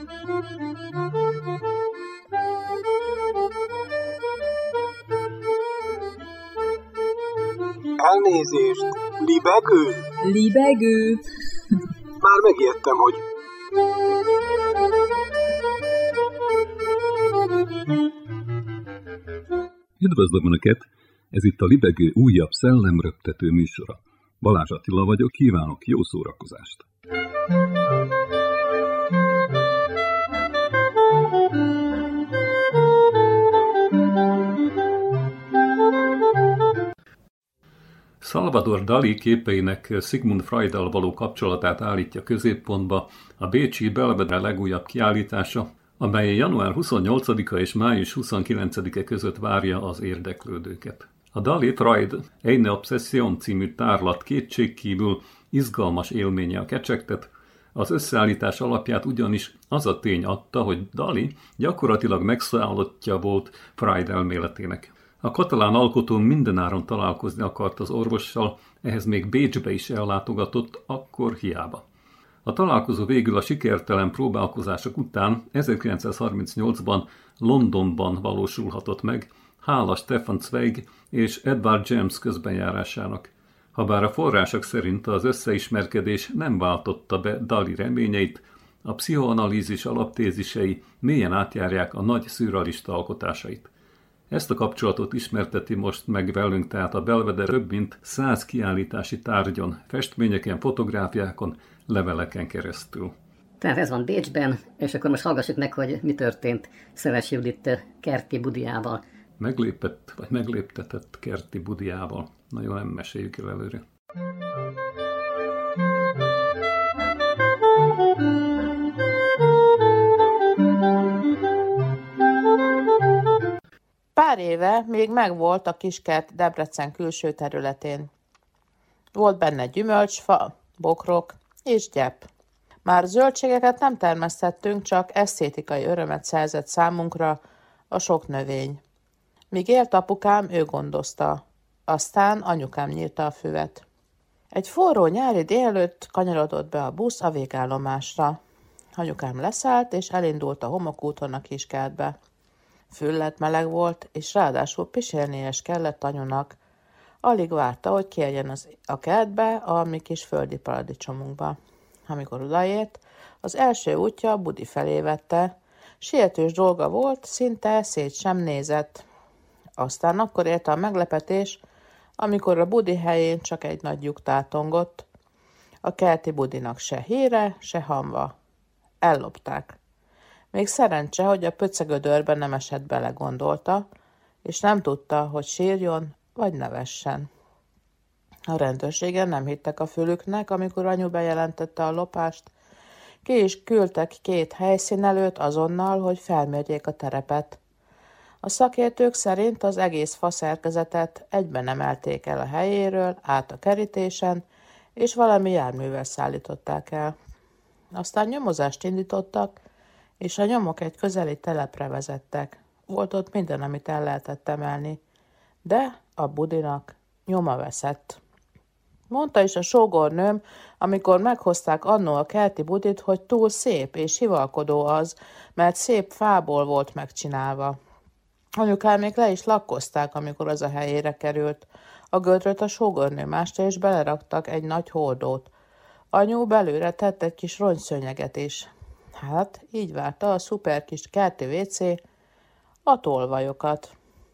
Elnézést! Libegő? Libegő? Már megijedtem, hogy... Üdvözlöm Önöket! Ez itt a Libegő újabb szellemröptető műsora. Balázs Attila vagyok, kívánok jó szórakozást! Salvador Dalí képeinek Sigmund Freuddal való kapcsolatát állítja középpontba a bécsi Belvedere legújabb kiállítása, amely január 28-a és május 29-e között várja az érdeklődőket. A Dalí-Freud Eine Obsession című tárlat kétségkívül izgalmas élménye a kecsegtet, az összeállítás alapját ugyanis az a tény adta, hogy Dalí gyakorlatilag megszállottja volt Freud elméletének. A katalán alkotó mindenáron találkozni akart az orvossal, ehhez még Bécsbe is ellátogatott, akkor hiába. A találkozó végül a sikertelen próbálkozások után 1938-ban Londonban valósulhatott meg, hála Stefan Zweig és Edward James közbenjárásának. Habár a források szerint az összeismerkedés nem váltotta be Dalí reményeit, a pszichoanalízis alaptézisei mélyen átjárják a nagy szürrealista alkotásait. Ezt a kapcsolatot ismerteti most meg velünk tehát a Belvedere több mint 100 kiállítási tárgyon, festményeken, fotográfiákon, leveleken keresztül. Tehát ez van Bécsben, és akkor most hallgassuk meg, hogy mi történt Szeles Judit Kerti Budiával. Meglépett, vagy megléptetett Kerti Budiával. Nagyon nem meséljük el előre. Pár éve még megvolt a kiskert Debrecen külső területén. Volt benne gyümölcsfa, bokrok és gyep. Már zöldségeket nem termesztettünk, csak esztétikai örömet szerzett számunkra a sok növény. Míg élt apukám, ő gondozta. Aztán anyukám nyírta a füvet. Egy forró nyári délelőtt kanyarodott be a busz a végállomásra. Anyukám leszállt, és elindult a homokúton a kiskertbe. Füllet meleg volt, és ráadásul pisilnie is kellett anyunak. Alig várta, hogy kiegyen a kertbe, a mi kis földi paradicsomunkba. Amikor odaért, az első útja Budi felé vette. Sietős dolga volt, szinte szét sem nézett. Aztán akkor érte a meglepetés, amikor a Budi helyén csak egy nagy lyuk tátongott. A kerti Budinak se híre, se hamva. Ellopták. Még szerencse, hogy a pöcegödörbe nem esett bele, gondolta, és nem tudta, hogy sírjon, vagy nevessen. A rendőrségen nem hittek a fülüknek, amikor anyu bejelentette a lopást. Ki is küldtek 2 helyszínelőt azonnal, hogy felmérjék a terepet. A szakértők szerint az egész faszerkezetet egyben emelték el a helyéről, át a kerítésen, és valami járművel szállították el. Aztán nyomozást indítottak, és a nyomok egy közeli telepre vezettek. Volt ott minden, amit el lehetett emelni, de a Budinak nyoma veszett. Mondta is a sógornőm, amikor meghozták annó a kerti Budit, hogy túl szép és hivalkodó az, mert szép fából volt megcsinálva. Anyukámék le is lakkozták, amikor az a helyére került. A gödröt a sógornő másta, és beleraktak egy nagy hordót. Anyu belőle tett egy kis rongyszőnyeget is. Hát, így várta a szuper kis kerti WC a tolvajokat.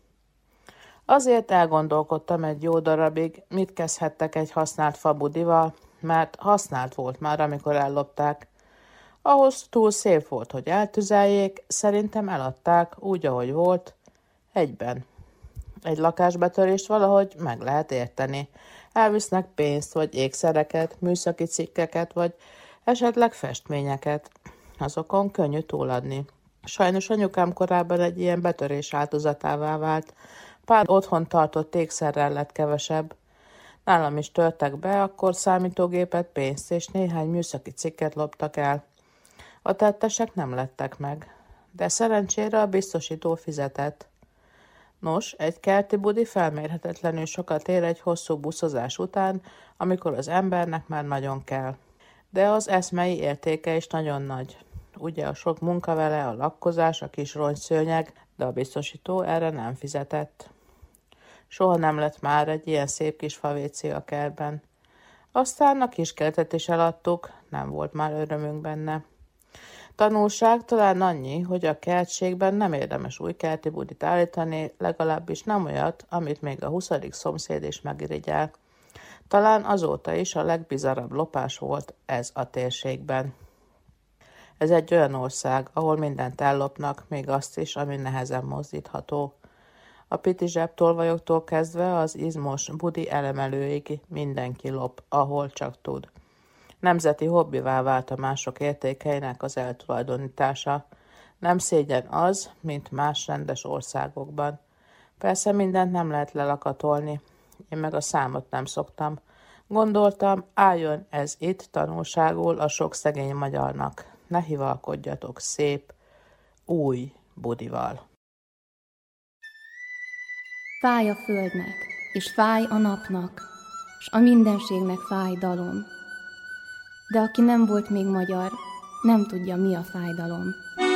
Azért elgondolkodtam egy jó darabig, mit kezdhettek egy használt fabudival, mert használt volt már, amikor ellopták. Ahhoz túl szép volt, hogy eltüzeljék, szerintem eladták úgy, ahogy volt, egyben. Egy lakásbetörést valahogy meg lehet érteni. Elvisznek pénzt, vagy ékszereket, műszaki cikkeket, vagy esetleg festményeket. Azokon könnyű túladni. Sajnos anyukám korábban egy ilyen betörés áldozatává vált. Pár otthon tartott ékszerrel lett kevesebb. Nálam is törtek be, akkor számítógépet, pénzt és néhány műszaki cikket loptak el. A tettesek nem lettek meg, de szerencsére a biztosító fizetett. Nos, egy kerti Budi felmérhetetlenül sokat ér egy hosszú buszozás után, amikor az embernek már nagyon kell. De az eszmei értéke is nagyon nagy. ugye a sok munka vele, a lakkozás, a kis rongyszőnyeg, de a biztosító erre nem fizetett. Soha nem lett már egy ilyen szép kis favécé a kertben. Aztán a kiskertet is eladtuk, nem volt már örömünk benne. Tanulság talán annyi, hogy a kertségben nem érdemes új kerti budit állítani, legalábbis nem olyat, amit még a 20. szomszéd is megirigyel. Talán azóta is a legbizarabb lopás volt ez a térségben. Ez egy olyan ország, ahol mindent ellopnak, még azt is, ami nehezen mozdítható. A pitizseb tolvajoktól kezdve az izmos budi elemelőig mindenki lop, ahol csak tud. Nemzeti hobbivá vált a mások értékeinek az eltulajdonítása. Nem szégyen az, mint más rendes országokban. Persze mindent nem lehet lelakatolni. Én meg a számot nem szoktam. Gondoltam, álljon ez itt tanulságul a sok szegény magyarnak. Ne hivalkodjatok szép, új budival. Fáj a földnek, és fáj a napnak, s a mindenségnek fáj dalom. De aki nem volt még magyar, nem tudja, mi a fájdalom.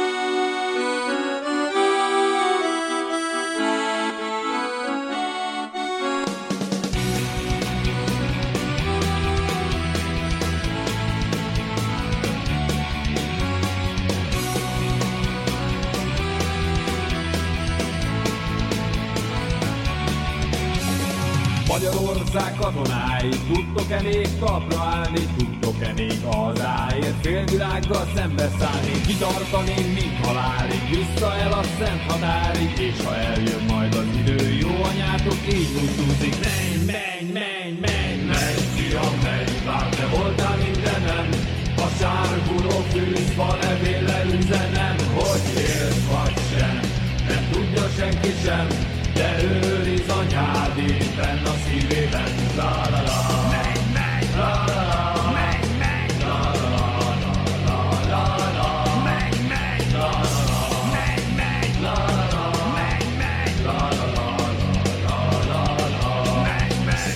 Magyarország katonái, tudtok-e még talpra állni, tudtok-e még hazáért félvilággal szembeszállni, kitartani, mint halálig, vissza el a szent határig, és ha eljön majd az idő, jó anyátok így búcsúzik. Menj, menj, menj, menj, menj, fiam, menj, bár te voltál mindenem, a sárguló fűzfa levéllel üzenem, hogy élsz vagy sem, nem tudja senki sem, de őriz anyád itt benn a szívében. La la la, menj, menj, la la la, menj, menj, la la la, la la la, menj, menj, la la la, menj, menj, la la la, menj, menj, la la la, la la la, menj, menj.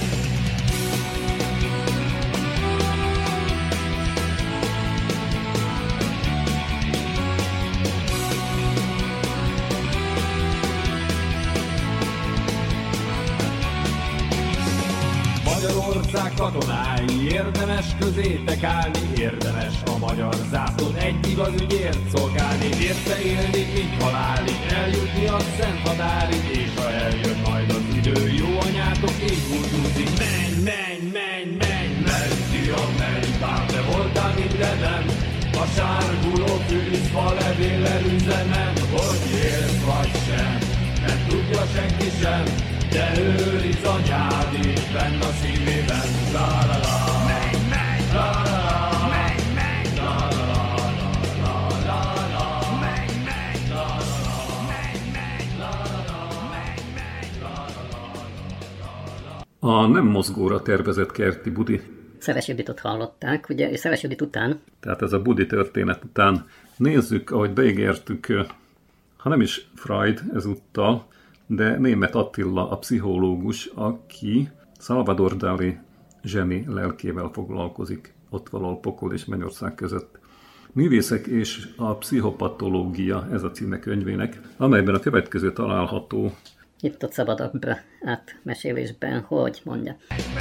Magyarország katonái, érdemes közétek állni, érdemes a magyar zászlón egy igaz ügyért szolgálni, érte élni, mint halálig, eljutni a szent határig, és ha eljön majd az idő, jó anyátok így búcsúzik. Menj, menj, menj, menj, menj, fiam, menj, bár te voltál mindenem, a sárguló fűzfa levéllel üzenem, hogy élsz vagy sem, nem tudja senki sem, de őriz anyád itt benn a szívében. La la la, menj, menj, la la la, menj, menj, la la la, la la la, menj, menj, la la la, menj, menj, la la la, menj, menj, la la la. A nem mozgóra tervezett kerti budi. Szeles Juditot hallották, ugye, és Szeles Judit után. Tehát ez a budi történet után nézzük, ahogy beígértük, ha nem is Freud ezúttal, de Németh Attila, a pszichológus, aki Salvador Dali zseni lelkével foglalkozik, ott valahol Pokol és Mennyország között. Művészek és a pszichopatológia, ez a címe könyvének, amelyben a következő található. Itt ott szabadabb átmesélésben, hogy mondja.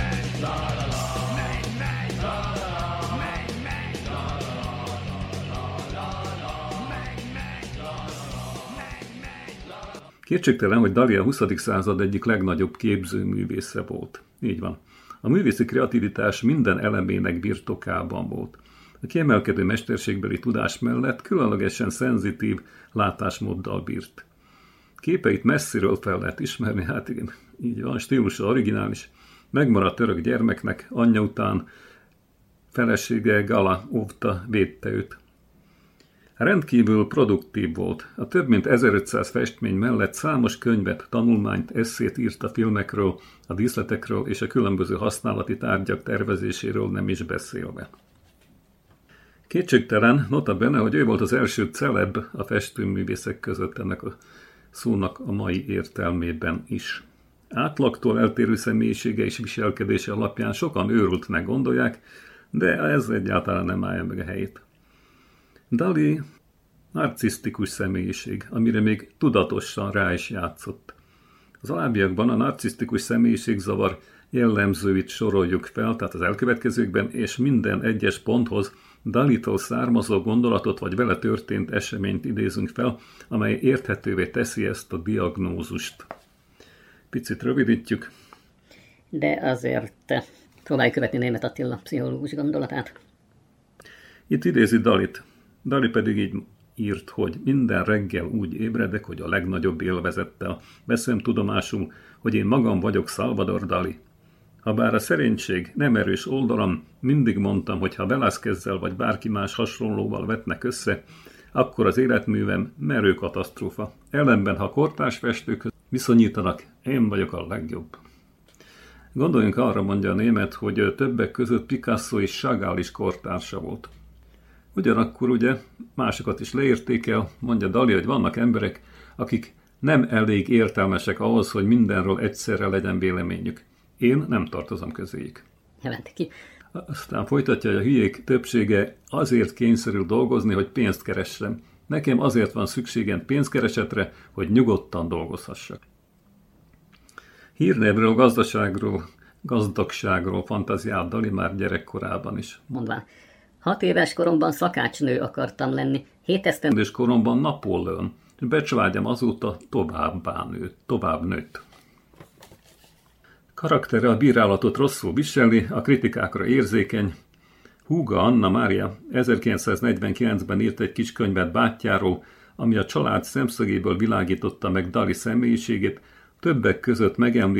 Kétségtelen, hogy Dali a 20. század egyik legnagyobb képzőművésze volt. Így van. A művészi kreativitás minden elemének birtokában volt. A kiemelkedő mesterségbeli tudás mellett különlegesen szenzitív látásmóddal bírt. Képeit messziről fel lehet ismerni, hát igen, így van, stílusa originális. Megmaradt örök gyermeknek, anyja után felesége Gala óvta, védte őt. Rendkívül produktív volt. A több mint 1500 festmény mellett számos könyvet, tanulmányt, esszét írt a filmekről, a díszletekről és a különböző használati tárgyak tervezéséről nem is beszélve. Kétségtelen, nota bene, hogy ő volt az első celeb a festőművészek között ennek a szónak a mai értelmében is. Átlagtól eltérő személyisége és viselkedése alapján sokan őrültnek gondolják, de ez egyáltalán nem állja meg a helyét. Dali narcisztikus személyiség, amire még tudatosan rá is játszott. Az alábbiakban a narcisztikus személyiségzavar jellemzőit soroljuk fel, tehát az elkövetkezőkben, és minden egyes ponthoz Dalitól származó gondolatot vagy vele történt eseményt idézünk fel, amely érthetővé teszi ezt a diagnózust. Picit rövidítjük. De azért próbáljuk követni Németh Attila pszichológus gondolatát. Itt idézi Dalit. Dali pedig így írt, hogy minden reggel úgy ébredek, hogy a legnagyobb élvezettel veszem tudomásul, hogy én magam vagyok Salvador Dali. Habár a szerénység nem erős oldalam, mindig mondtam, hogy ha Velázquezzel vagy bárki más hasonlóval vetnek össze, akkor az életművem merő katasztrófa. Ellenben, ha kortárs festőkhöz viszonyítanak, én vagyok a legjobb. Gondoljunk arra, mondja a német, hogy többek között Picasso és Chagall is kortársa volt. Ugyanakkor ugye másokat is leértékel, mondja Dali, hogy vannak emberek, akik nem elég értelmesek ahhoz, hogy mindenről egyszerre legyen véleményük. Én nem tartozom közéjük. Jelenti ki. Aztán folytatja, hogy a hülyék többsége azért kényszerül dolgozni, hogy pénzt keressem. Nekem azért van szükségem pénzkeresetre, hogy nyugodtan dolgozhassak. Hírnévről, gazdaságról, gazdagságról fantáziált Dali már gyerekkorában is. Mondván, 6 éves koromban szakácsnő akartam lenni, 7 esztendős koromban Napóleon. Becsvágyam azóta tovább nőtt. Karaktere a bírálatot rosszul viseli, a kritikákra érzékeny. Húga Anna Mária 1949-ben írt egy kis könyvet bátyjáról, ami a család szemszögéből világította meg Dali személyiségét, többek között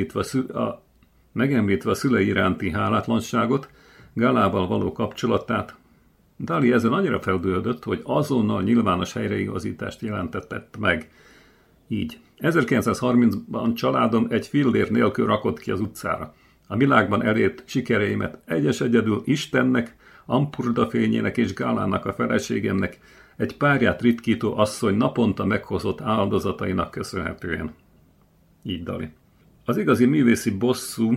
megemlítve a szülei iránti hálátlanságot, Galával való kapcsolatát. Dali ezen annyira feldühödött, hogy azonnal nyilvános helyreigazítást jelentett meg. Így. 1930-ban családom egy fillér nélkül rakott ki az utcára. A világban elért sikereimet egyedül Istennek, Ampurda fényének és Gálának a feleségemnek, egy párját ritkító asszony naponta meghozott áldozatainak köszönhetően. Így Dali. Az igazi művészi bosszú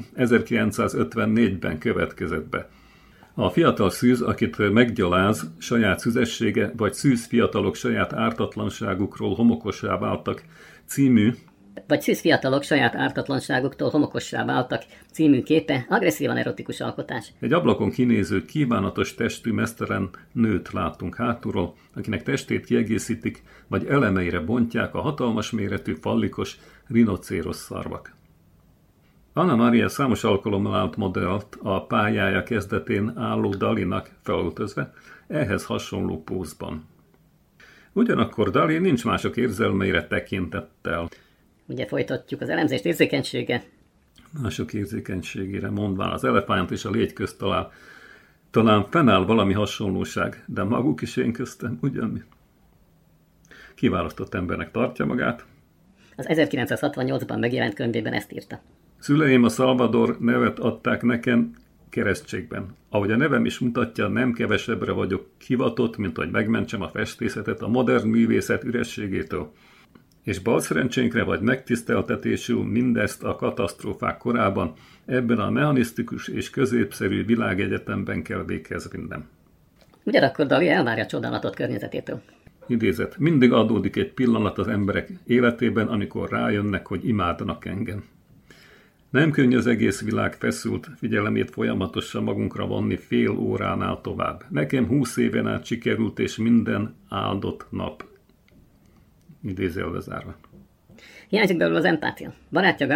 1954-ben következett be. A fiatal szűz, akit meggyaláz, saját szüzessége, vagy szűz fiatalok saját ártatlanságukról homokossá váltak című, vagy szűz fiatalok saját ártatlanságuktól homokossá váltak című képe agresszívan erotikus alkotás. Egy ablakon kinéző, kívánatos testű mesztelen nőt láttunk hátulról, akinek testét kiegészítik, vagy elemeire bontják a hatalmas méretű fallikos rinocéros szarvak. Anna Maria számos alkalommal állt modellt a pályája kezdetén álló Dalinak felöltözve, ehhez hasonló pózban. Ugyanakkor Dali nincs mások érzelmeire tekintettel. Ugye folytatjuk az elemzést, érzékenysége. Mások érzékenységére mondván az elefánt és a légy közt talán fennáll valami hasonlóság, de maguk is én köztem ugyanmi. Kiválasztott embernek tartja magát. Az 1968-ban megjelent könyvében ezt írta. Szüleim a Salvador nevet adták nekem keresztségben. Ahogy a nevem is mutatja, nem kevesebbre vagyok hivatott, mint hogy megmentsem a festészetet a modern művészet ürességétől. És balszerencsénkre vagy megtiszteltetésül mindezt a katasztrófák korában ebben a mechanisztikus és középszerű világegyetemben kell véghez vinnem. Ugyanakkor Dali elvárja a csodálatot környezetétől. Idézet. Mindig adódik egy pillanat az emberek életében, amikor rájönnek, hogy imádnak engem. Nem könnyű az egész világ feszült figyelemét folyamatosan magunkra vonni fél óránál tovább. Nekem 20 éven át sikerült, és minden áldott nap. Idézőjelbe zárva. Hiányzik belőle az empátia. Barátja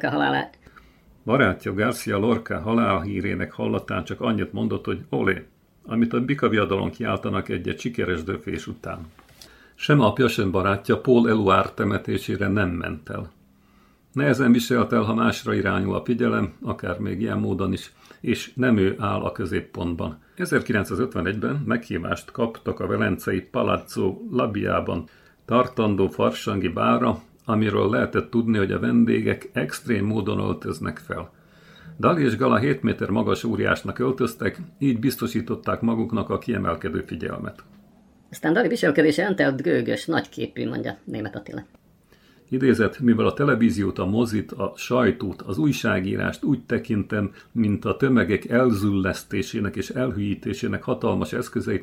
García Lorca halálhírének hallatán csak annyit mondott, hogy olé, amit a bikaviadalon kiáltanak egy sikeres döfés után. Sem apja, sem barátja Paul Eluard temetésére nem ment el. Nehezen viselt el, ha másra irányul a figyelem, akár még ilyen módon is, és nem ő áll a középpontban. 1951-ben meghívást kaptak a velencei Palazzo Labiában tartandó farsangi bálra, amiről lehetett tudni, hogy a vendégek extrém módon öltöznek fel. Dali és Gala 7 méter magas óriásnak öltöztek, így biztosították maguknak a kiemelkedő figyelmet. Aztán Dali viselkedése eltelt gőgös, nagyképű, mondja Németh Attila. Idézet, mivel a televíziót, a mozit, a sajtót, az újságírást úgy tekintem, mint a tömegek elzüllesztésének és elhűítésének hatalmas eszközeit,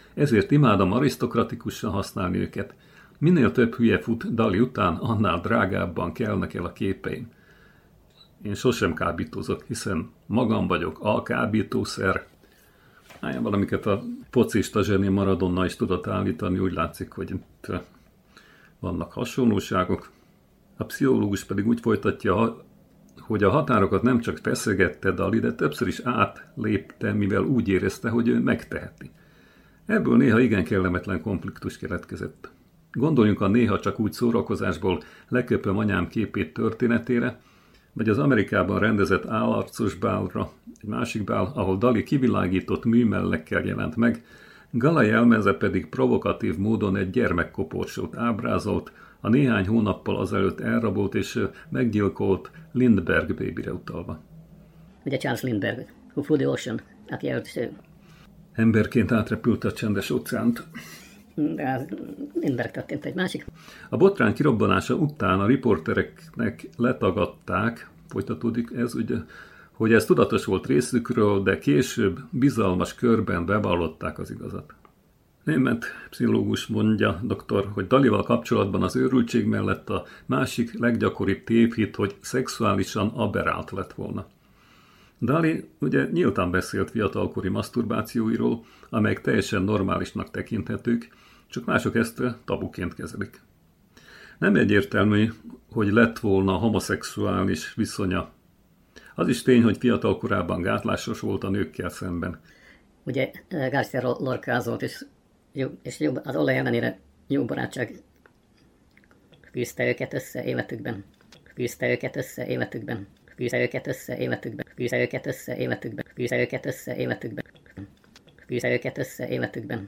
Ezért imádom arisztokratikusan használni őket. Minél több hülye fut Dali után, annál drágábban kelnek el a képeim. Én sosem kábítózok, hiszen magam vagyok alkábítószer. Valamiket a focista zseni Maradona is tudott állítani, úgy látszik, hogy itt vannak hasonlóságok. A pszichológus pedig úgy folytatja, hogy a határokat nem csak feszegette Dali, de többször is átlépte, mivel úgy érezte, hogy ő megteheti. Ebből néha igen kellemetlen konfliktus keletkezett. Gondoljunk a néha csak úgy szórakozásból leköpöm anyám képét történetére, vagy az Amerikában rendezett állarcos bálra, egy másik bál, ahol Dali kivilágított műmellekkel jelent meg, Gala jelmeze pedig provokatív módon egy gyermekkoporsót ábrázolt, a néhány hónappal azelőtt elrabolt és meggyilkolt Lindbergh babyre utalva. Ugye Charles Lindbergh, Who Flew the Ocean, aki előtt emberként átrepült a csendes óceánt. De az Lindbergh történt egy másik. A botrány kirobbanása után a riportereknek letagadták, folytatódik ez, ugye, hogy ez tudatos volt részükről, de később bizalmas körben bevallották az igazat. Német pszichológus mondja, doktor, hogy Dalival kapcsolatban az őrültség mellett a másik leggyakoribb tévhit, hogy szexuálisan aberrált lett volna. Dali ugye nyíltan beszélt fiatalkori maszturbációiról, amelyek teljesen normálisnak tekinthetők, csak mások ezt tabuként kezelik. Nem egyértelmű, hogy lett volna homoszexuális viszonya. Az is tény, hogy fiatalkorában gátlásos volt a nőkkel szemben. Ugye Garcia Lorca és jobb, az olaj ellenére jó barátság fűzte őket össze életükben. Fűzte őket össze életükben. Fűzte őket össze életükben. Fűzte őket össze életükben. Fűzte őket össze életükben. Fűzte őket össze életükben.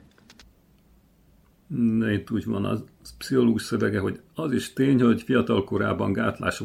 Itt úgy van az pszichológus szövege, hogy az is tény, hogy fiatalkorában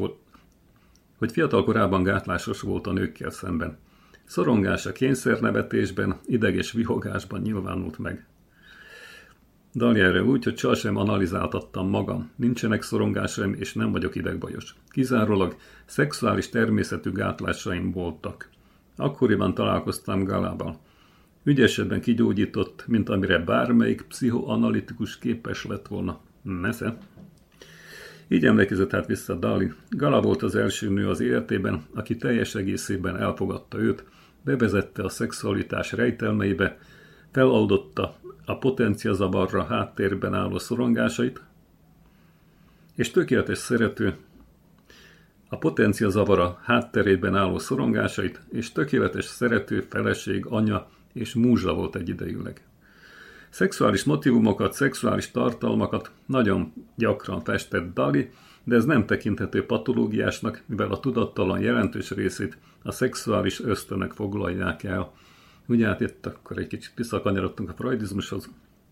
gátlásos volt a nőkkel szemben. Szorongása kényszernevetésben, ideges vihogásban nyilvánult meg. Dali erre úgy, hogy sohasem analizáltattam magam, nincsenek szorongásaim és nem vagyok idegbajos. Kizárólag szexuális természetű gátlásaim voltak. Akkoriban találkoztam Galával. Ügyesebben kigyógyított, mint amire bármelyik pszichoanalitikus képes lett volna. Nesze. Így emlékezett hát vissza Dali. Gala volt az első nő az életében, aki teljes egészében elfogadta őt, bevezette a szexualitás rejtelmeibe, feloldotta a potenciazavarra háttérben álló szorongásait, és tökéletes szerető a potenciazavara hátterében álló szorongásait, és tökéletes szerető, feleség, anya és múzsa volt egyidejűleg. Szexuális motivumokat, szexuális tartalmakat nagyon gyakran festett Dali, de ez nem tekinthető patológiásnak, mivel a tudattalan jelentős részét a szexuális ösztönök foglalják el. Ugye hát itt akkor egy kicsit visszakanyarodtunk a freudizmushoz,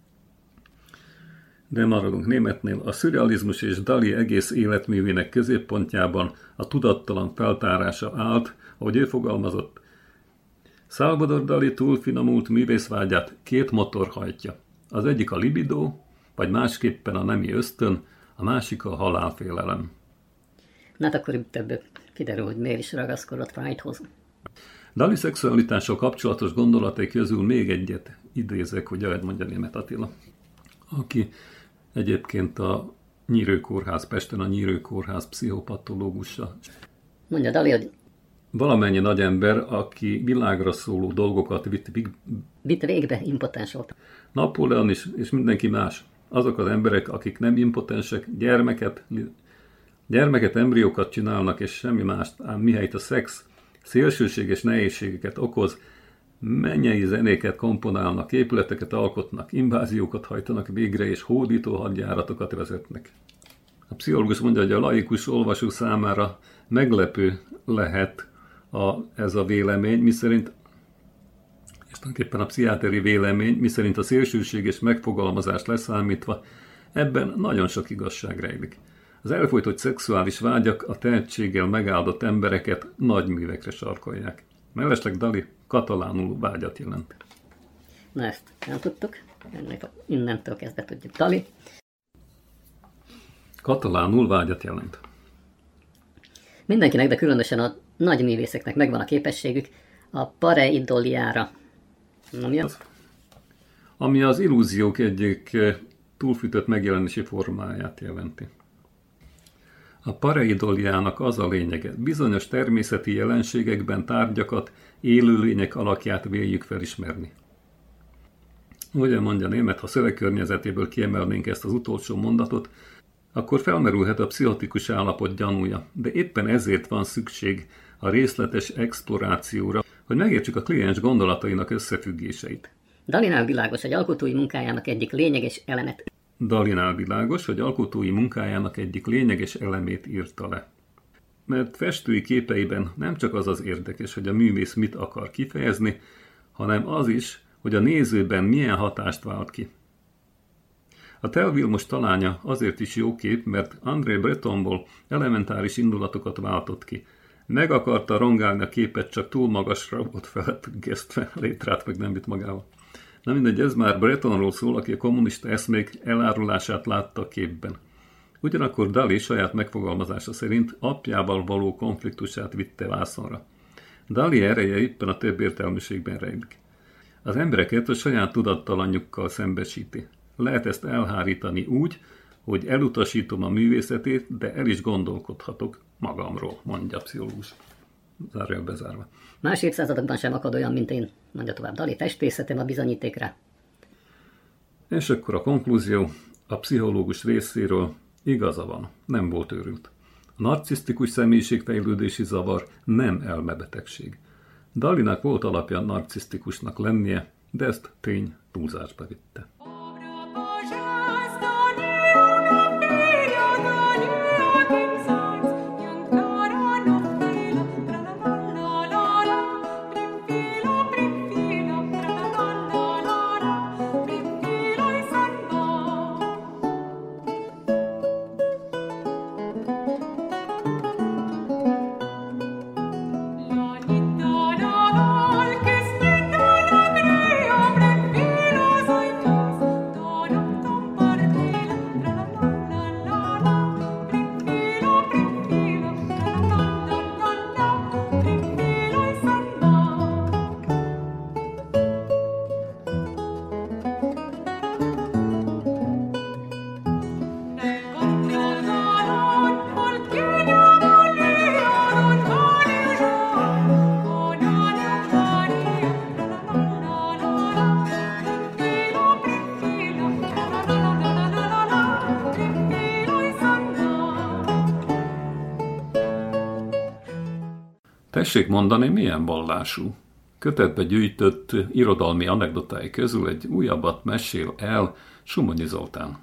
de maradunk németnél. A szürrealizmus és Dali egész életművének középpontjában a tudattalan feltárása állt, ahogy ő fogalmazott. Salvador Dali túlfinomult művészvágyát két motor hajtja. Az egyik a libido, vagy másképpen a nemi ösztön, a másik a halálfélelem. Hát akkor több kiderül, hogy miért is ragaszkodott Freudhoz. Dali szexualitással kapcsolatos gondolatai közül még egyet idézek, hogy ahogy mondja Németh Attila, aki egyébként a Nyírő-kórház, Pesten a Nyírő-kórház pszichopatológusa. Mondja Dali, hogy valamennyi nagy ember, aki világra szóló dolgokat vitt végbe, impotens volt. Napóleon is, és mindenki más. Azok az emberek, akik nem impotensek, gyermeket, embriókat csinálnak, és semmi mást, ám mihelyt a szex szélsőséges nehézségeket okoz, mennyei zenéket komponálnak, épületeket alkotnak, inváziókat hajtanak végre, és hódító hadjáratokat vezetnek. A pszichológus mondja, hogy a laikus olvasó számára meglepő lehet ez a vélemény, miszerint, és tulajdonképpen a pszichiáteri vélemény, miszerint a szélsőséges megfogalmazást leszámítva, ebben nagyon sok igazság rejlik. Az elfojtott szexuális vágyak a tehetséggel megáldott embereket nagy művekre sarkolják. Mellesleg Dali katalánul vágyat jelent. Na ezt nem tudtuk, innentől kezdve tudjuk. Dali. Katalánul vágyat jelent. Mindenkinek, de különösen a nagy művészeknek megvan a képességük a pareidoliára. Na mi az? ami az illúziók egyik túlfűtött megjelenési formáját jelenti. A pareidoliának az a lényege, bizonyos természeti jelenségekben tárgyakat, élőlények alakját véljük felismerni. Ugyan mondja Német, ha szövegkörnyezetéből kiemelnénk ezt az utolsó mondatot, akkor felmerülhet a pszichotikus állapot gyanúja, de éppen ezért van szükség a részletes explorációra, hogy megértsük a kliens gondolatainak összefüggéseit. Dalinál világos, hogy alkotói munkájának egyik lényeges elemét írta le. Mert festői képeiben nem csak az az érdekes, hogy a művész mit akar kifejezni, hanem az is, hogy a nézőben milyen hatást vált ki. A Tel Vilmos talánya azért is jó kép, mert André Bretonból elementáris indulatokat váltott ki. Meg akarta rongálni a képet, csak túl magasra volt felfüggesztve, létrát meg nem vitt magával. Na mindegy, ez már Bretonról szól, aki a kommunista eszmék elárulását látta a képben. Ugyanakkor Dali saját megfogalmazása szerint apjával való konfliktusát vitte vászonra. Dali ereje éppen a több értelműségben rejlik. Az embereket a saját tudattalanjukkal szembesíti. Lehet ezt elhárítani úgy, hogy elutasítom a művészetét, de el is gondolkodhatok magamról, mondja a pszichológus. Zárjál bezárva. Más évszázadokban sem akad olyan, mint én, mondja tovább Dali, festészetem a bizonyítékra. És akkor a konklúzió, a pszichológus részéről igaza van, nem volt őrült. A narcisztikus személyiségfejlődési zavar nem elmebetegség. Dalinak volt alapja narcisztikusnak lennie, de ezt tény túlzásba vitte. Tessék mondani, milyen vallású? Kötetbe gyűjtött irodalmi anekdotái közül egy újabbat mesél el Somonyi Zoltán.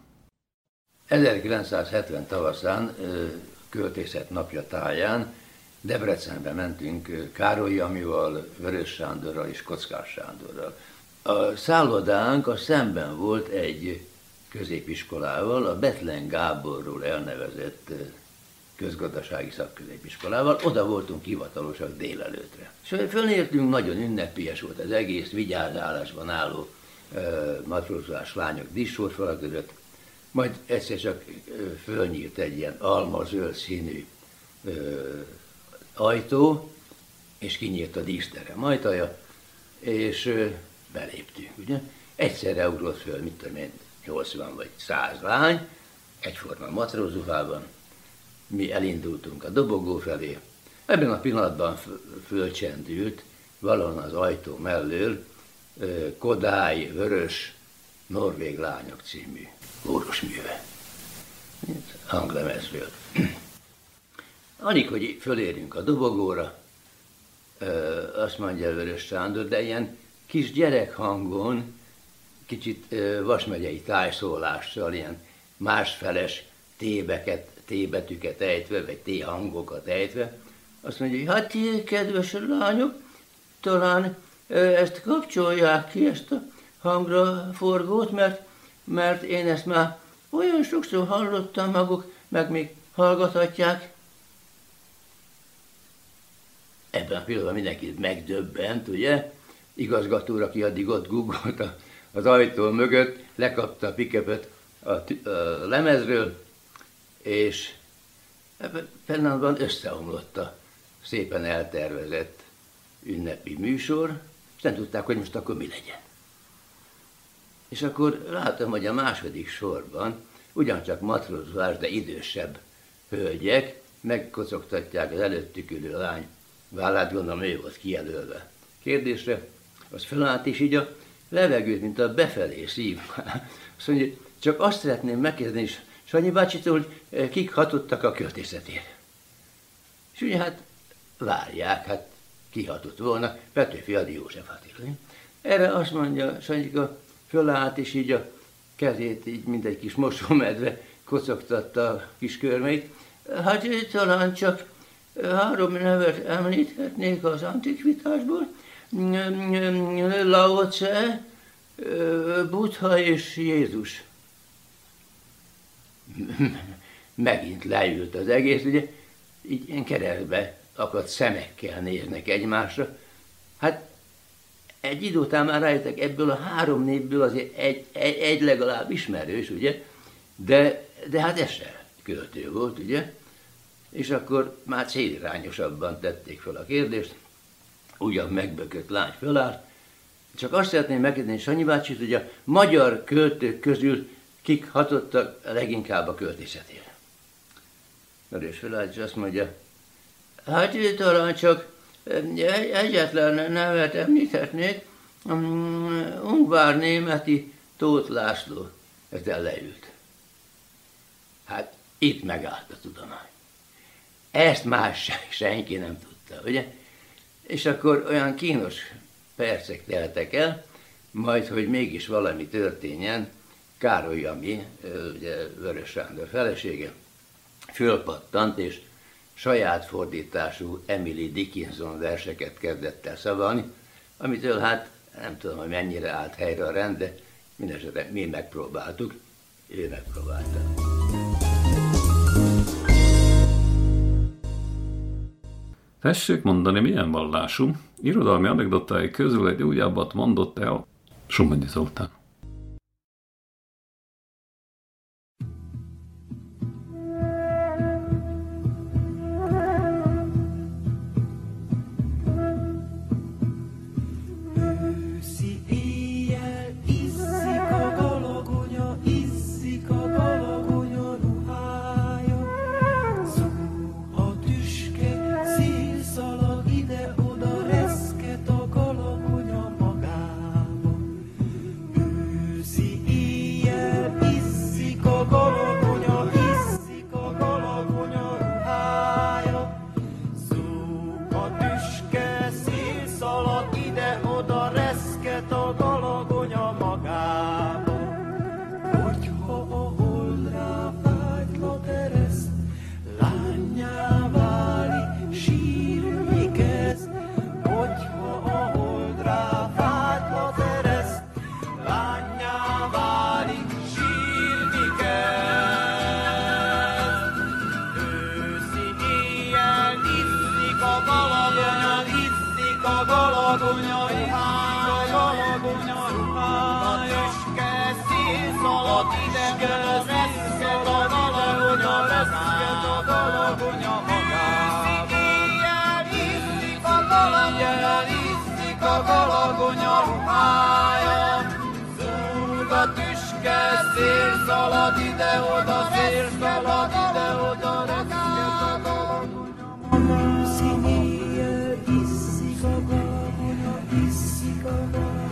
1970 tavaszán költészet napja táján Debrecenbe mentünk Károly Jamival, Vörös Sándorral és Kockás Sándorral. A szállodánk a szemben volt egy középiskolával, a Bethlen Gáborról elnevezett közgazdasági szakközépiskolával, oda voltunk hivatalosak délelőtre. És fölértünk, nagyon ünnepélyes volt az egész, vigyázálásban álló matrózás lányok díszsorfalak között, majd egyszer csak fölnyílt egy ilyen alma-zöld színű ajtó, és kinyílt a díszterem ajtaja, és beléptünk, ugye? Egyszerre ugrott föl, mit tudom én, 80 vagy 100 lány, egyforma matrózruhában. Mi elindultunk a dobogó felé. Ebben a pillanatban fölcsendült valahol az ajtó mellől Kodály Vörös Norvég lányok című kórusműve. Hanglemezről. Alig, hogy fölérünk a dobogóra, azt mondja Vörös Sándor, de ilyen kis gyerekhangon, kicsit vasmegyei tájszólással, ilyen másfeles T-betűket ejtve, vagy T-hangokat ejtve, azt mondja, hogy hát ti, kedves lányok, talán ezt kapcsolják ki, ezt a hangra forgót, mert én ezt már olyan sokszor hallottam, maguk meg még hallgathatják. Ebben a pillanatban mindenki megdöbbent, ugye? Igazgatóra, aki addig ott guggolt az ajtó mögött, lekapta a pikepet a lemezről, és ebben pillanatban összeomlott a szépen eltervezett ünnepi műsor, és nem tudták, hogy most akkor mi legyen. És akkor látom, hogy a második sorban ugyancsak matrózvás, de idősebb hölgyek megkocogtatják az előttük ülő lány vállát, gondolom ő volt kijelölve. Kérdésre, az felállt és így a levegőt, mint a befelé szív. Azt mondja, csak azt szeretném megkérdezni Sanyi bácsitól, hogy kik hatottak a költészetére. És ugye hát várják, hát kihatott volna, Petőfi Adi József Attila. Erre azt mondja Sanyika, fölállt és így a kezét, így mint egy kis mosómedve kocogtatta a kis körmeit. Hát talán csak 3 nevet említhetnék az antikvitásból. Lao Tse, Buddha és Jézus. Megint leült az egész, ugye, így ilyen keresztbe akadt szemekkel néznek egymásra. Hát egy idő után már rájöttek, ebből a 3 névből azért egy legalább ismerős, ugye, de hát ez sem költő volt, ugye, és akkor már célirányosabban tették fel a kérdést, ugyan megbökött lány fölállt, csak azt szeretném megkérdezni Sanyi bácsit, hogy a magyar költők közül kik hatottak leginkább a költészetére. Vörös fölállt, és azt mondja, hát talán csak egyetlen nevet említhetnék, Ungvár Németi Tóth László, ezzel leült. Hát itt megállt a tudomány. Ezt más senki nem tudta, ugye? És akkor olyan kínos percek teltek el, majd, hogy mégis valami történjen, Károly Jami, ugye Vörös Sándor felesége, fölpattant, és saját fordítású Emily Dickinson verseket kezdett el szavalni, amitől hát nem tudom, hogy mennyire állt helyre a rend, de mindesetre mi megpróbáltuk, ő megpróbálta. Tessék mondani, milyen vallású? Irodalmi anekdotái közül egy újabbat mondott el Somogyi Zoltán. Szél szalad ide-oda, szél szalad ide-oda, reszket a galagonya. Színéjjel iszik a galagonya, iszik a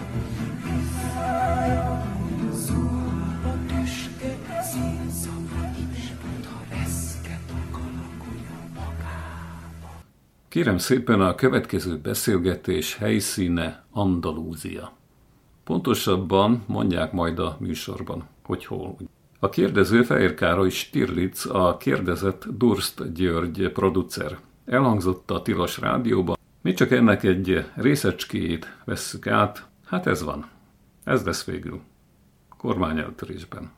galagonya. Szúr a tüske, szél szalad ide-oda, reszket a galagonya magába. Kérem szépen, a következő beszélgetés helyszíne Andalúzia. Pontosabban mondják majd a műsorban, hogy hol. A kérdező Fehér Károly Stirlitz, a kérdezett Durst György producer. Elhangzott a Tilos Rádióban. Mi csak ennek egy részecskéjét vesszük át. Hát ez van. Ez lesz végül. Kormányeltörésben.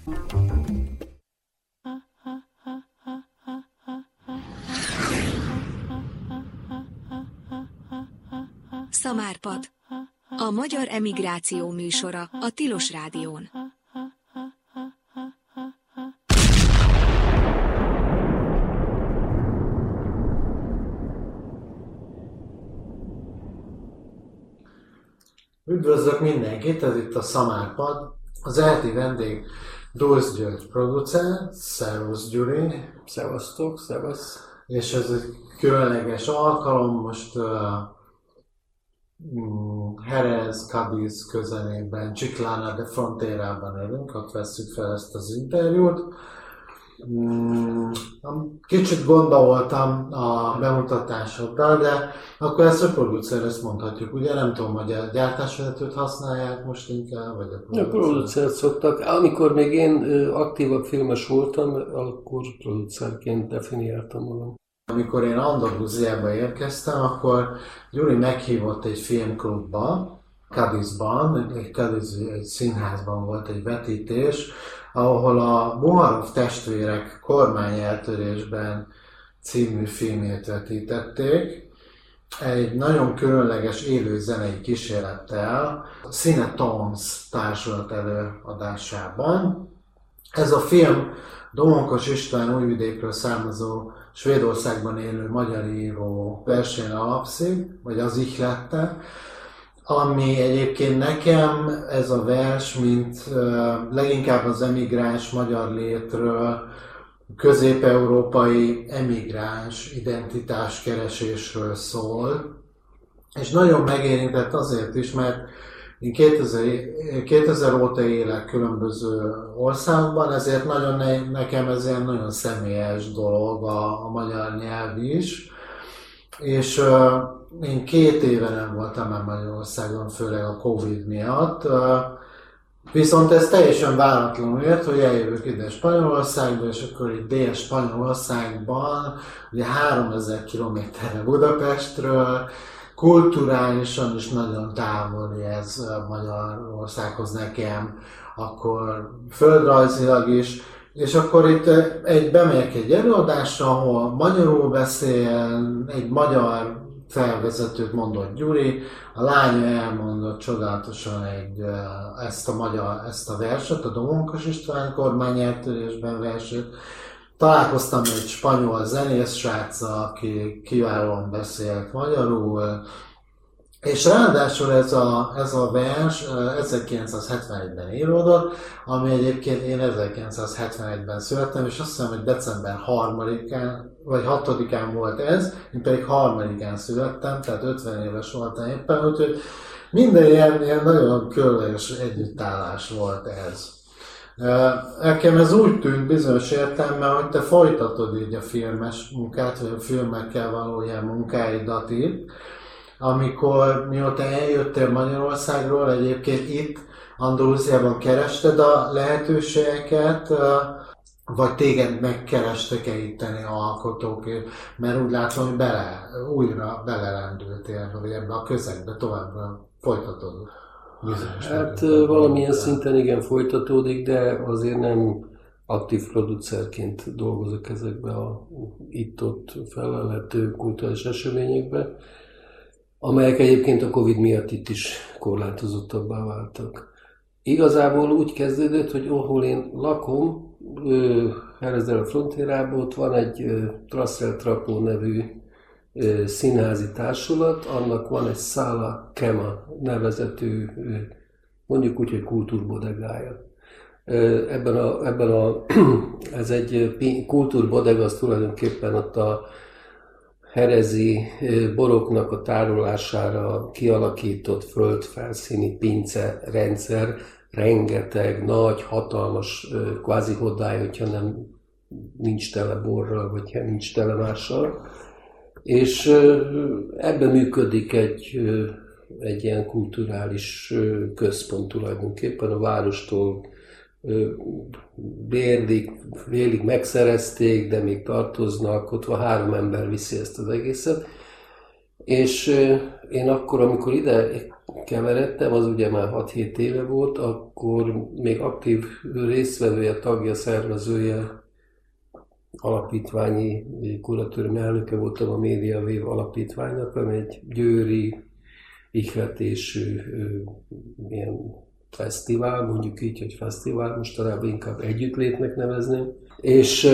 Szamárpad. A magyar emigráció műsora a Tilos Rádión. Üdvözlök mindenkit, ez itt a Szamárpad. Az elti vendég Dulsz György producer. Szervusz Gyuri. Szevasztok, szevasz. És ez egy különleges alkalom, most Jerez, Cádiz közelében, Chiclana de Fronterában élünk, ott vesszük fel ezt az interjút. Kicsit gondba voltam a bemutatásoddal, de akkor ezt a producer, ezt mondhatjuk, ugye? Nem tudom, hogy a gyártásvezetőt használják most inkább, vagy a producert szoktak. Amikor még én aktívabb filmes voltam, akkor producerként definiáltam magam. Amikor én Andalúziába érkeztem, akkor Gyuri meghívott egy filmklubba, Cadizban, egy színházban volt egy vetítés, ahol a Buharov testvérek Kormányeltörésben című filmét vetítették. Egy nagyon különleges élő zenei kísérlettel, Cinetones társulat előadásában. Ez a film Domonkos István Újvidékről származó, Svédországban élő magyar író versén alapszik, vagy az ihlette, ami egyébként nekem ez a vers, mint leginkább az emigráns magyar létről, közép-európai emigráns identitáskeresésről szól. És nagyon megérintett azért is, mert én 2000 óta élek különböző országban, ezért nekem ez ilyen nagyon személyes dolog a magyar nyelv is. És én 2 éve nem voltam már Magyarországon, főleg a Covid miatt. Viszont ez teljesen váratlanul ért, hogy eljövök ide Spanyolországba, és akkor itt Dél-Spanyolországban, ugye 3000 kilométerre Budapestről, kulturálisan is nagyon távoli ez Magyarországhoz nekem, akkor földrajzilag is. És akkor itt bemegyek egy előadásra, ahol magyarul beszél, egy magyar felvezetőt mondott Gyuri, a lánya elmondott csodálatosan ezt a verset, a Domonkos István Kormányeltörésben versét. Találkoztam egy spanyol zenész sráccal, aki kiválóan beszélt magyarul, és ráadásul ez a vers 1971-ben íródott, ami egyébként én 1971-ben születtem, és azt hiszem, hogy december 3-án vagy 6-án volt ez, én pedig 3-án születtem, tehát 50 éves voltam éppen, úgyhogy minden ilyen nagyon különleges együttállás volt ez. Nekem ez úgy tűnt bizonyos értelemben, hogy te folytatod így a filmes munkát, vagy a filmekkel való ilyen munkáidat itt, amikor mióta eljöttél Magyarországról, egyébként itt Andalúziában kerested a lehetőségeket, vagy téged megkerestek-e itteni alkotók, mert úgy látom, hogy újra belerendültél, vagy ebbe a közegbe tovább folytatod. Hát valamilyen szinten igen folytatódik, de azért nem aktív producerként dolgozok ezekbe a itt-ott felelhető kulturális eseményekbe, amelyek egyébként a Covid miatt itt is korlátozottabbá váltak. Igazából úgy kezdődött, hogy ahol én lakom, Jerez de la Fronterában, ott van egy Traszel Trapo nevű színházi társulat, annak van egy Sala Kema nevezetű, mondjuk úgy, hogy kultúrbodegája. Ez egy kultúrbodega, az tulajdonképpen ott a jerezi boroknak a tárolására kialakított földfelszíni pince rendszer, rengeteg nagy, hatalmas kvázi hodály, hogyha nincs tele borral, vagy nincs tele mással. És ebben működik egy ilyen kulturális központ tulajdonképpen, a várostól félig megszerezték, de még tartoznak, ott van 3 ember viszi ezt az egészet. És én akkor, amikor ide keveredtem, az ugye már 6-7 éve volt, akkor még aktív résztvevője, tagja, szervezője, alapítványi kuratőri elnöke voltam a Média Wave alapítványnak, ami egy győri ihletésű ilyen fesztivál, mondjuk így, hogy fesztivál, mostanában inkább együttlétnek nevezném. És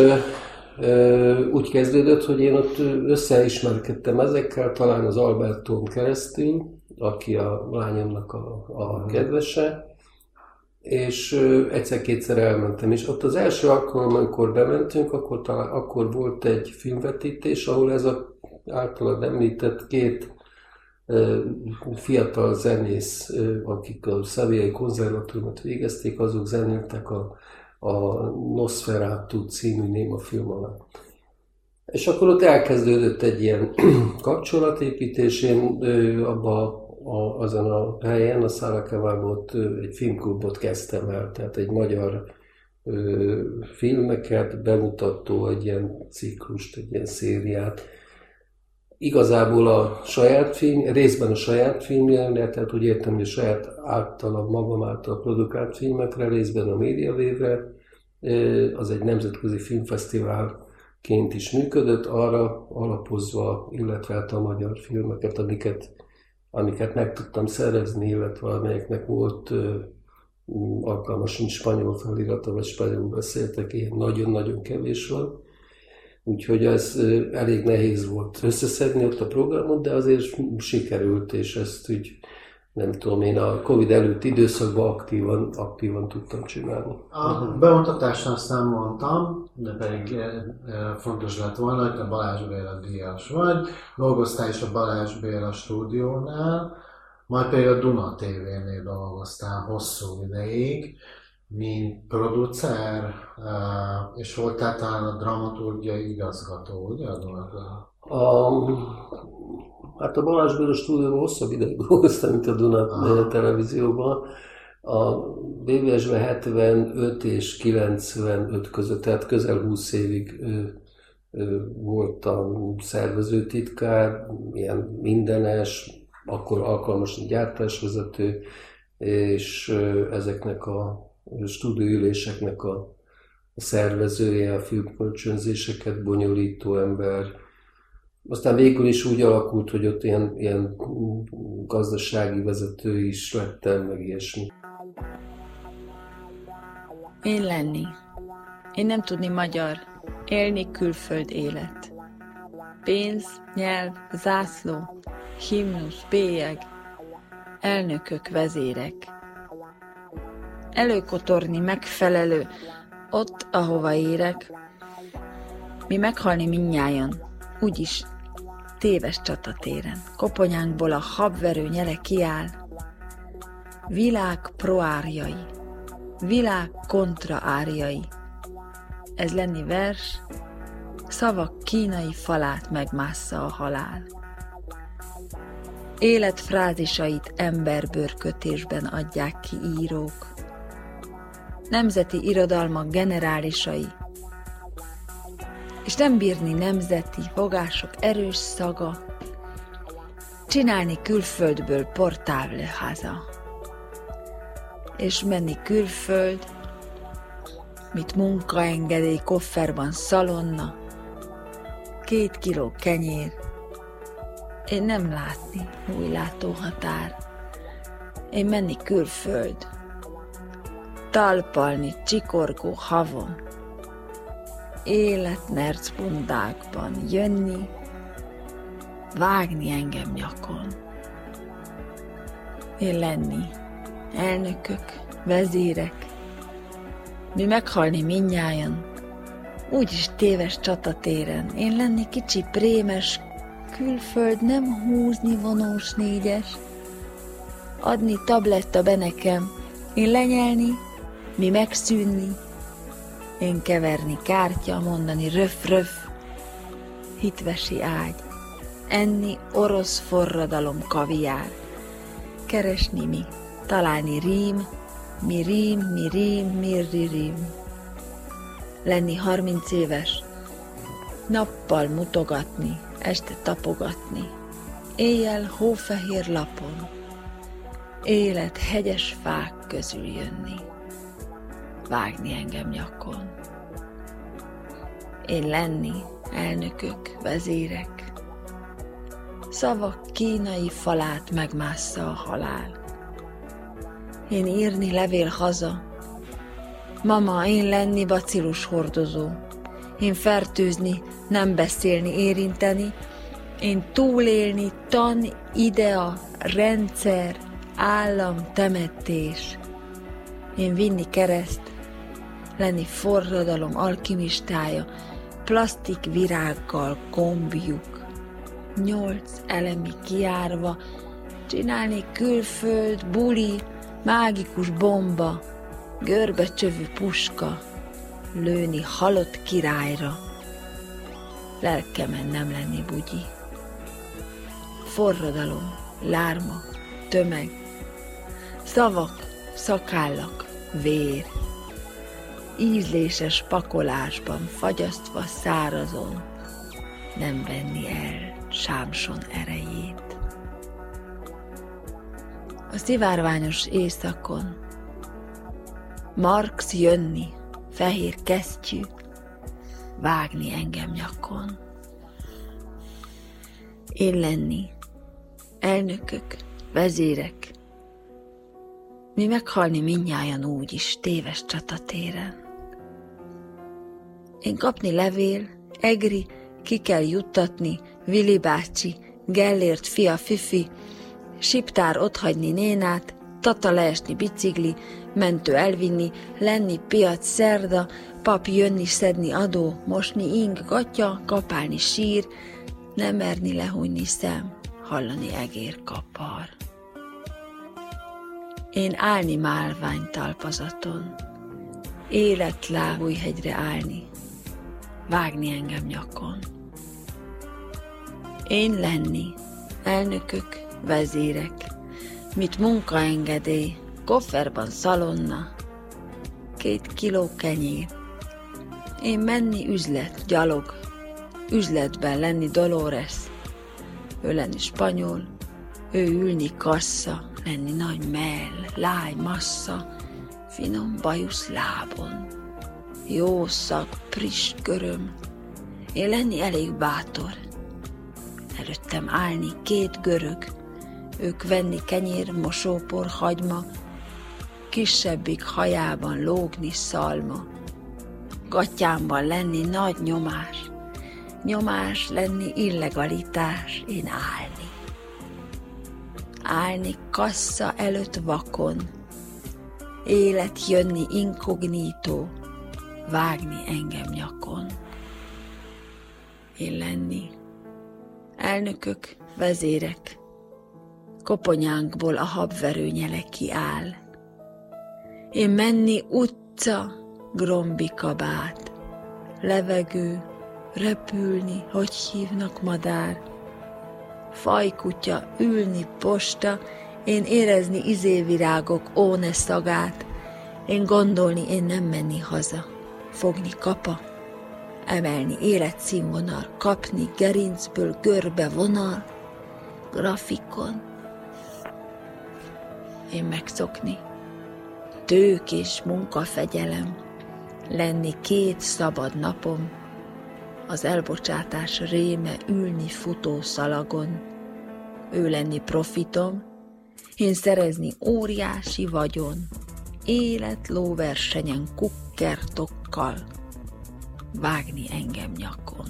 úgy kezdődött, hogy én ott összeismerkedtem ezekkel, talán az Albertón keresztül, aki a lányomnak a kedvese, és egyszer-kétszer elmentem, és ott az első alkalom, amikor bementünk, akkor volt egy filmvetítés, ahol ez az általad említett két fiatal zenész, akik a Sevillai konzervatóriumot végezték, azok zenéltek a Nosferatu című némafilm alatt. És akkor ott elkezdődött egy ilyen kapcsolatépítés, én azon a helyen, a Szálakevában egy filmklubot kezdtem el, tehát egy magyar filmeket bemutató, egy ilyen ciklust, egy ilyen szériát. Igazából a saját film, részben a saját filmjemre, tehát úgy értem, hogy a saját magam által produkált filmekre, részben a Médiavévre, az egy nemzetközi filmfesztiválként is működött, arra alapozva, illetve hát a magyar filmeket, amiket meg tudtam szerezni, illetve amelyeknek volt alkalmasan spanyol felirata, vagy spanyolul beszéltek, ilyen nagyon-nagyon kevés van. Úgyhogy ez elég nehéz volt összeszedni ott a programot, de azért sikerült, és ezt úgy, nem tudom, én a Covid előtti időszakban aktívan tudtam csinálni. A bemutatásnál azt nem mondtam, de pedig fontos lett volna, hogy te Balázs Béla díjas vagy, dolgoztál is a Balázs Béla stúdiónál, majd pedig a Duna TV-nél dolgoztál hosszú ideig, mint producer, és voltál talán a dramaturgiai igazgató, ugye a Dunatól? Hát a Balázs Béla stúdióban hosszabb ideig dolgoztam, mint a Duna televízióban. A BBS-ben 75 és 95 között, tehát közel 20 évig voltam szervezőtitkár, ilyen mindenes, akkor alkalmas gyártásvezető, és ezeknek a stúdióüléseknek a szervezője, a filmkölcsönzéseket bonyolító ember. Aztán végül is úgy alakult, hogy ott ilyen gazdasági vezető is lettem, meg ilyesmi. Én lenni. Én nem tudni magyar. Élni külföld élet. Pénz, nyelv, zászló, himnusz, bélyeg, elnökök, vezérek. Előkotorni megfelelő, ott, ahova érek. Mi meghalni mindnyájan, úgyis téves csatatéren. Koponyánkból a habverő nyele kiáll. Világ proárjai, világ kontraárjai. Ez lenni vers, szavak kínai falát megmássza a halál. Életfrázisait emberbőrkötésben adják ki írók. Nemzeti irodalmak generálisai, és nem bírni nemzeti fogások erős szaga, csinálni külföldből portáble haza, és menni külföld, mint munkaengedély kofferban szalonna, 2 kiló kenyér, én nem látni új látóhatár, én menni külföld, talpalni csikorgó havon, életnercbundákban jönni, vágni engem nyakon. Én lenni, elnökök, vezérek, mi meghalni mindnyájan, úgyis téves csatatéren. Én lenni kicsi prémes, külföld nem húzni vonós 4-es, adni tabletta be nekem, én lenyelni, mi megszűnni, én keverni kártya, mondani röf-röf, hitvesi ágy, enni orosz forradalom kaviár, keresni mi, találni rím, mi rím, mi rím, mirri rím. Lenni 30 éves, nappal mutogatni, este tapogatni, éjjel hófehér lapon, élet hegyes fák közül jönni, vágni engem nyakon. Én lenni, elnökök, vezérek, szavak kínai falát megmássza a halál. Én írni levél haza, mama, én lenni bacillus hordozó, én fertőzni, nem beszélni, érinteni, én túlélni, tan, idea, rendszer, állam, temetés. Én vinni kereszt, lenni forradalom alkimistája, plastik virággal gombjuk, 8 elemi kiárva, csinálni külföld, buli, mágikus bomba, görbecsövű puska, lőni halott királyra, lelkemen nem lenni bugyi. Forradalom, lárma, tömeg, szavak, szakállak, vér, ízléses pakolásban fagyasztva szárazon, nem venni el Sámson erejét. A szivárványos éjszakon Marx jönni, fehér kesztyű, vágni engem nyakon. Én lenni, elnökök, vezérek, mi meghalni mindnyájan úgy is téves csatatéren. Én kapni levél, Egri, ki kell juttatni, Vili bácsi, Gellért fia Fifi, Siptár otthagyni nénát, Tata leesni bicikli, mentő elvinni, lenni piac szerda, pap jönni szedni adó, mosni ing gatya, kapálni sír, nem merni lehújni szem, hallani egér kapar. Én állni málvány talpazaton, életlábújhegyre állni, vágni engem nyakon. Én lenni, elnökök, vezérek, mit munkaengedély, kofferban szalonna, 2 kiló kenyér. Én menni üzlet, gyalog, üzletben lenni Dolores, ő lenni spanyol, ő ülni kassa, lenni nagy mell, lágy massza, finom bajusz lábon, jó szag, prist göröm, én lenni elég bátor, előttem állni 2 görög, ők venni kenyér, mosópor, hagyma, kisebbik hajában lógni szalma, gatyámban lenni nagy nyomás, nyomás lenni illegalitás, én állni. Állni kassa előtt vakon, élet jönni inkognító, vágni engem nyakon. Én lenni, elnökök, vezérek, koponyánkból a habverő nyele kiáll. Én menni utca, grombi kabát, levegő, repülni, hogy hívnak madár, fajkutya, ülni posta, én érezni izévirágok óne szagát, én gondolni, én nem menni haza, fogni kapa, emelni életszínvonal, kapni gerincből görbe vonal, grafikon, én megszokni, tők és munkafegyelem, lenni 2 szabad napom, az elbocsátás réme ülni futószalagon, ő lenni profitom, én szerezni óriási vagyon, élet lóversenyen kukkertokkal, vágni engem nyakon.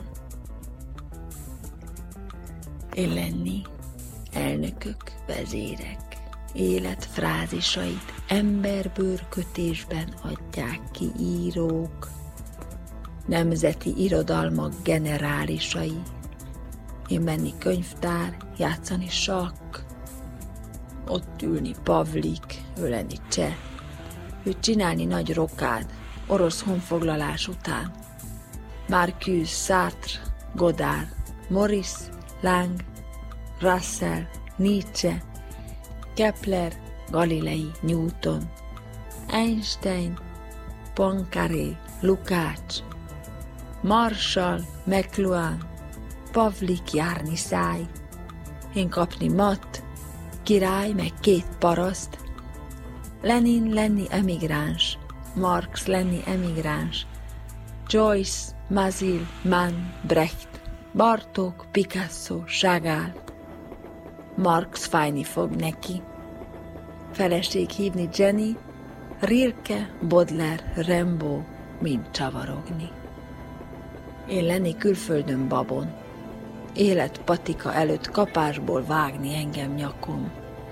Én lenni, elnökök, vezérek, élet frázisait emberbőrkötésben adják ki írók, nemzeti irodalmak generálisai, én menni könyvtár, játszani sakk, ott ülni Pavlik, ő lenni cseh, ő csinálni nagy rokád, orosz honfoglalás után, Marcuse, Sartre, Godard, Morris, Lang, Russell, Nietzsche, Kepler, Galilei, Newton, Einstein, Poincaré, Lukács, Marshall, McLuhan, Pavlik járni száj, én kapni mat, király meg 2 paraszt, Lenin lenni emigráns, Marx lenni emigráns, Joyce, Mazil, Mann, Brecht, Bartók, Picasso, Chagall. Marx fájni fog neki. Feleség hívni Jenny, Rilke, Baudelaire, Rimbaud, mind csavarogni. Én lenni külföldön babon, élet patika előtt kapásból vágni engem nyakon.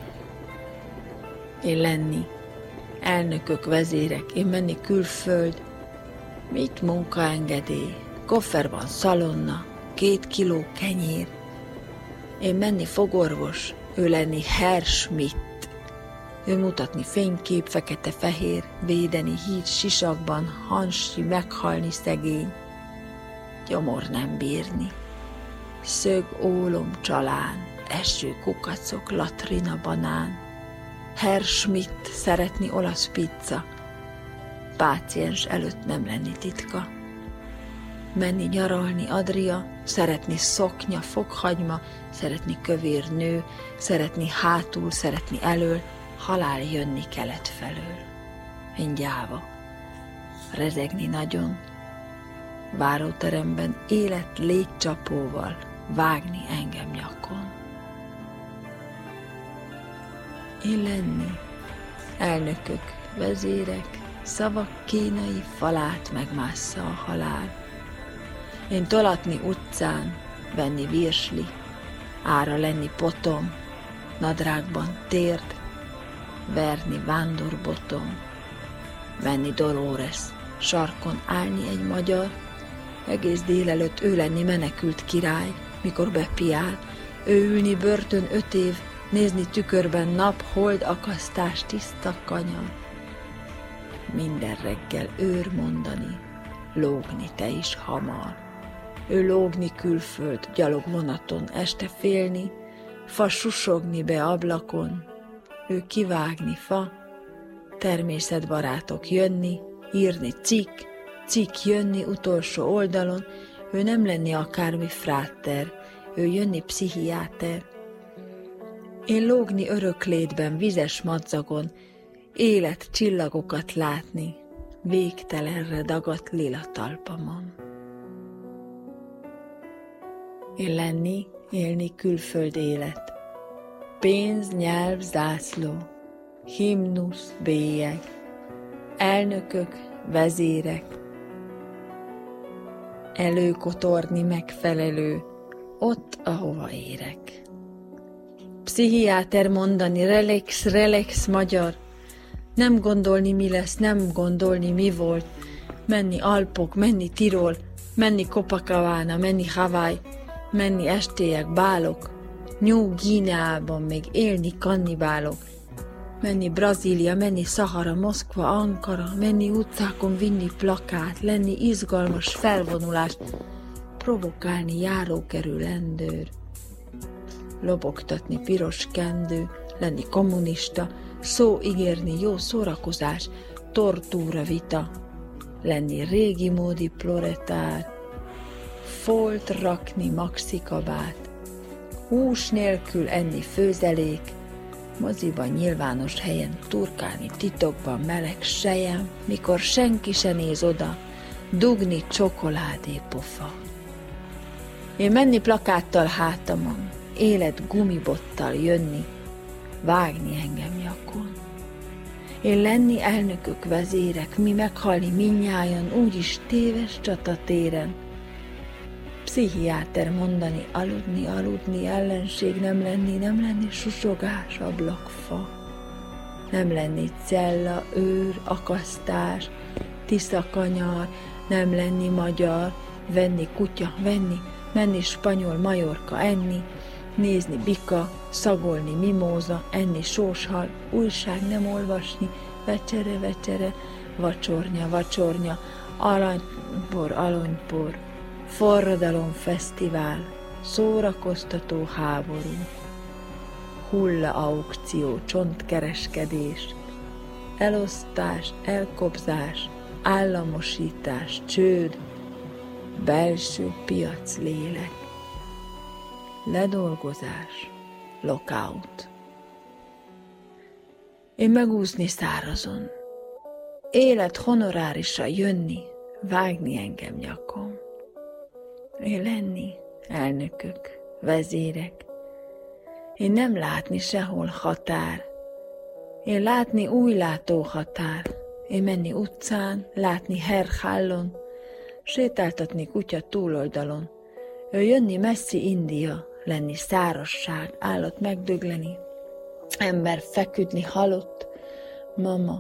Én lenni, elnökök, vezérek, én menni külföld, mit munkaengedély, kofferban szalonna, 2 kiló kenyér. Én menni fogorvos, ő lenni Herr Schmidt. Ő mutatni fénykép, fekete-fehér, védeni híd sisakban, hansi, meghalni szegény. Gyomor nem bírni. Szög, ólom, csalán, eső, kukacok, latrina, banán. Herr Schmidt szeretni olasz pizza. Páciens előtt nem lenni titka. Menni nyaralni Adria, szeretni szoknya, fokhagyma, szeretni kövér nő, szeretni hátul, szeretni elől, halál jönni kelet felől. Én gyáva, rezegni nagyon, váróteremben élet légcsapóval vágni engem nyakon. Én lenni, elnökök, vezérek, szavak kínai falát megmássza a halál. Én tolatni utcán, venni virsli, ára lenni potom, nadrágban tért, verni vándorbotom, venni Dolores, sarkon állni egy magyar, egész délelőtt ő lenni menekült király, mikor bepiál, ő ülni börtön 5 év, nézni tükörben nap, hold, akasztás, tiszta kanyar. Minden reggel őr mondani, lógni te is hamar. Ő lógni külföld, gyalog vonaton, este félni, fa susogni be ablakon, ő kivágni fa, természetbarátok jönni, írni cikk jönni utolsó oldalon, ő nem lenni akármi fráter, ő jönni pszichiáter. Én lógni öröklétben, vizes madzagon, élet csillagokat látni, végtelenre dagadt lila talpamon. Én lenni, élni külföld élet, pénz, nyelv, zászló, himnusz, bélyeg, elnökök, vezérek, előkotorni megfelelő, ott, ahova érek. Pszichiáter mondani, relax magyar, nem gondolni mi lesz, nem gondolni mi volt, menni Alpok, menni Tirol, menni Copacabana, menni Hawaii, menni estélyek, bálok, New Guineában még élni kannibálok, menni Brazília, menni Szahara, Moszkva, Ankara, menni utcákon vinni plakát, lenni izgalmas felvonulás, provokálni járókerül rendőr, lobogtatni piros kendő, lenni kommunista, szó ígérni jó szórakozás, tortúra vita, lenni régi módi proletár, folt rakni maxikabát, hús nélkül enni főzelék, moziban nyilvános helyen turkálni titokban meleg sejem, mikor senki se néz oda, dugni csokoládé pofa. Én menni plakáttal hátamon, élet gumibottal jönni, vágni engem nyakon. Én lenni elnökök, vezérek, mi meghalni minnyájan, úgyis téves csatatéren. Pszichiáter mondani, aludni, ellenség nem lenni, susogás, ablakfa. Nem lenni cella, őr, akasztás, tiszakanyar, nem lenni magyar, venni kutya, menni spanyol, Majorka, enni, nézni bika, szagolni mimóza, enni sóshal, újság nem olvasni, vecsere, vacsornya, alanypor, forradalomfesztivál, szórakoztató háború, hulla aukció, csontkereskedés, elosztás, elkobzás, államosítás, csőd, belső piac lélek, ledolgozás, lockout. Én megúszni szárazon, élet honorárisa jönni, vágni engem nyakon. Én lenni, elnökök, vezérek, én nem látni sehol határ, én látni újlátó határ, én menni utcán, látni herhallon, sétáltatni kutya túloldalon, Jönni messzi India, lenni szárazság, állat megdögleni, ember feküdni halott, mama,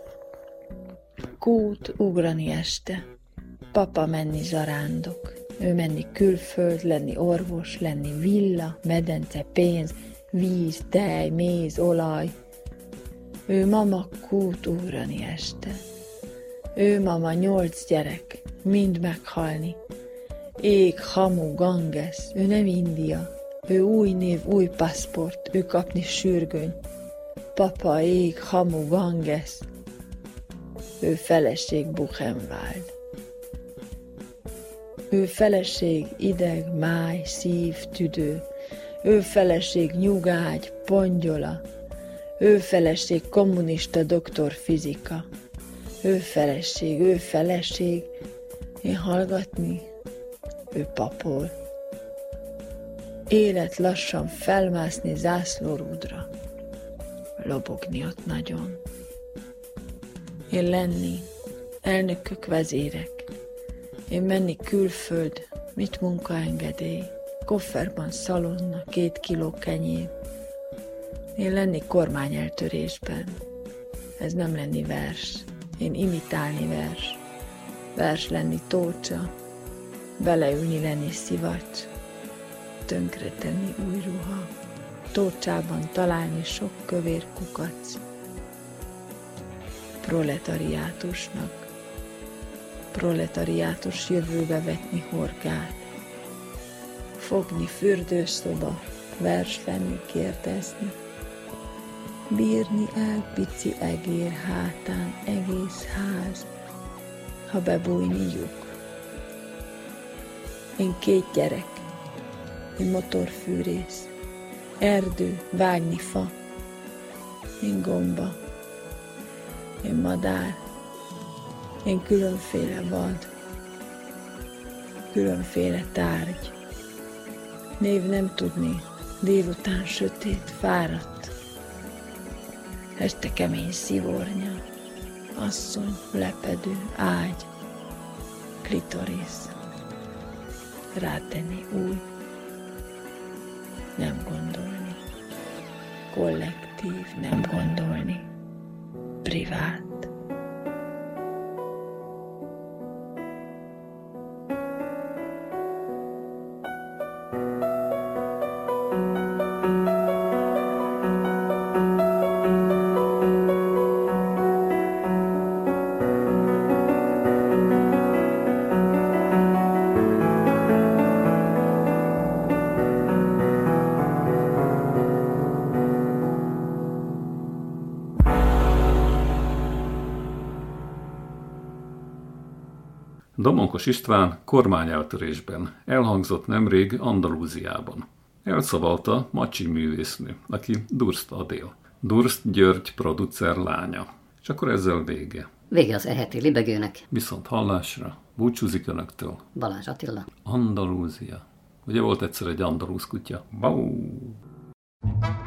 kút ugrani este, papa menni zarándok, ő menni külföld, lenni orvos, lenni villa, medence, pénz, víz, tej, méz, olaj. Ő mama kút ugrani este. Ő mama 8 gyerek, mind meghalni. Ég, hamu, Ganges, ő nem India. Ő új név, új paszport, ő kapni sürgöny. Papa, ég, hamu, Ganges. Ő feleség Buchenwald. Ő feleség ideg, máj, szív, tüdő. Ő feleség nyugágy, pongyola. Ő feleség kommunista doktor fizika. Ő feleség, én hallgatni, ő papol. Élet lassan felmászni zászlórúdra, lobogni ott nagyon. Én lenni, elnökök, vezérek. Én menni külföld, mit munkaengedély, kofferban szalonna, 2 kiló kenyér. Én lenni kormányeltörésben, ez nem lenni vers, én imitálni vers lenni tócsa, beleülni lenni szivacs, tönkretenni új ruha, tócsában találni sok kövér kukac, proletariátusnak, proletariátus jövőbe vetni horgát, fogni fürdőszoba, vers lenni, kérdezni, bírni el pici egér hátán egész ház, ha bebújni lyuk. Én 2 gyerek, én motorfűrész, erdő, vágni fa, én gomba, én madár, én különféle vad, különféle tárgy. Név nem tudni, délután sötét, fáradt, este kemény szivornya, asszony, lepedő, ágy, klitorisz, rátenni új, nem gondolni, kollektív, nem gondolni, privát. Domonkos István kormányeltörésben elhangzott nemrég Andalúziában. Elszavalta Macsi művésznő, aki Durst Adél. Durst György producer lánya. És akkor ezzel vége. Vége az eheti libegőnek. Viszont hallásra. Búcsúzik önöktől Balázs Attila. Andalúzia. Ugye volt egyszer egy andalúz kutya? Bau!